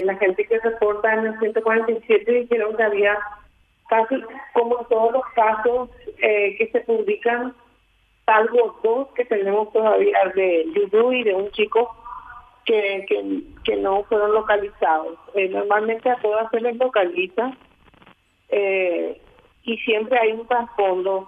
la gente que reporta en el 147 dijeron que había casi como en todos los casos que se publican, salvo dos que tenemos todavía de Yudú y de un chico que no fueron localizados. Normalmente a todas se les localiza y siempre hay un trasfondo,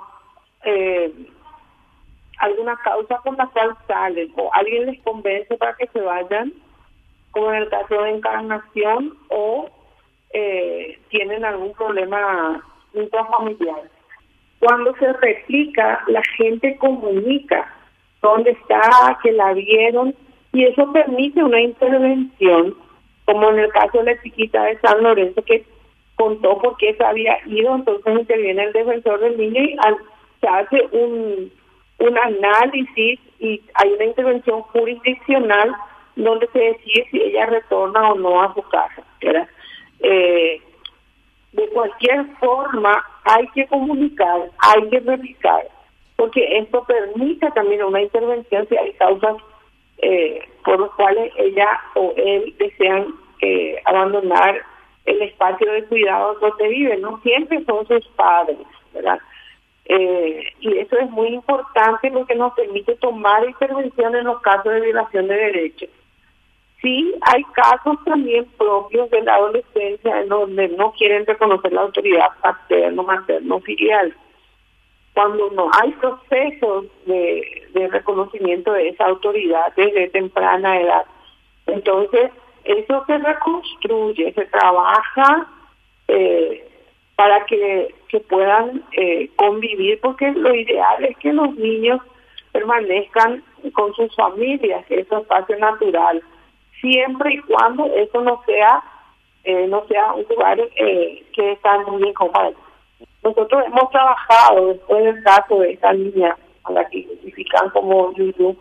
alguna causa por la cual salen o alguien les convence para que se vayan, como en el caso de Encarnación, o tienen algún problema intrafamiliar. Cuando se replica, la gente comunica dónde está, que la vieron, y eso permite una intervención, como en el caso de la chiquita de San Lorenzo, que contó por qué se había ido. Entonces interviene el defensor del niño y se hace un análisis y hay una intervención jurisdiccional donde se decide si ella retorna o no a su casa, ¿verdad? De cualquier forma hay que comunicar, hay que revisar, porque esto permite también una intervención si hay causas por las cuales ella o él desean abandonar el espacio de cuidado donde viven. No siempre son sus padres, ¿verdad? Y eso es muy importante porque nos permite tomar intervención en los casos de violación de derechos. Sí, hay casos también propios de la adolescencia en donde no quieren reconocer la autoridad paterno, materno, filial. Cuando no hay procesos de reconocimiento de esa autoridad desde temprana edad, entonces eso se reconstruye, se trabaja para que puedan convivir, porque lo ideal es que los niños permanezcan con sus familias, que es su espacio natural, siempre y cuando eso no sea un lugar que está muy incómodo. Nosotros hemos trabajado después del caso de esta niña a la que identifican como Yulu,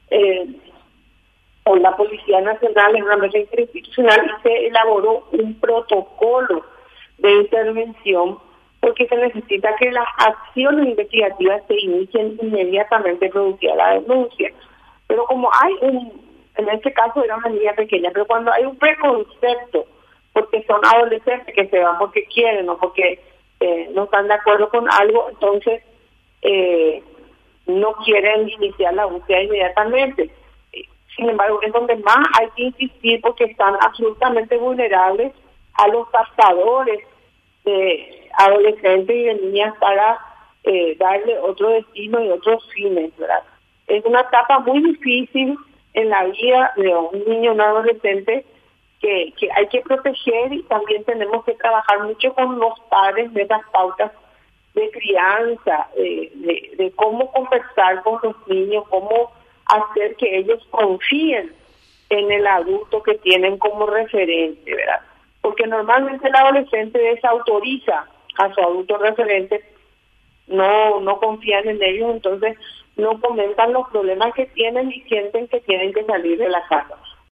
con la Policía Nacional en una mesa interinstitucional, y se elaboró un protocolo de intervención porque se necesita que las acciones investigativas se inicien inmediatamente producida la denuncia. Pero como hay en este caso era una niña pequeña, pero cuando hay un preconcepto, porque son adolescentes que se van porque quieren o porque no están de acuerdo con algo, entonces no quieren iniciar la búsqueda inmediatamente. Sin embargo, es donde más hay que insistir porque están absolutamente vulnerables a los cazadores de adolescentes y de niñas para darle otro destino y otros fines, ¿verdad? Es una etapa muy difícil en la vida de un niño o un adolescente que hay que proteger, y también tenemos que trabajar mucho con los padres de las pautas de crianza, de cómo conversar con los niños, cómo hacer que ellos confíen en el adulto que tienen como referente, ¿verdad? Porque normalmente el adolescente desautoriza a su adulto referente, no confían en ellos, entonces no comentan los problemas que tienen y sienten que tienen que salir de la casa.